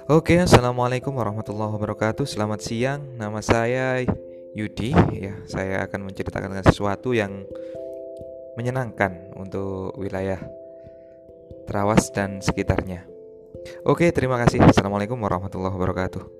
Oke, assalamualaikum warahmatullahi wabarakatuh. Selamat siang, nama saya Yudi. Ya, saya akan menceritakan sesuatu yang menyenangkan untuk wilayah Trawas dan sekitarnya. Oke, terima kasih. Assalamualaikum warahmatullahi wabarakatuh.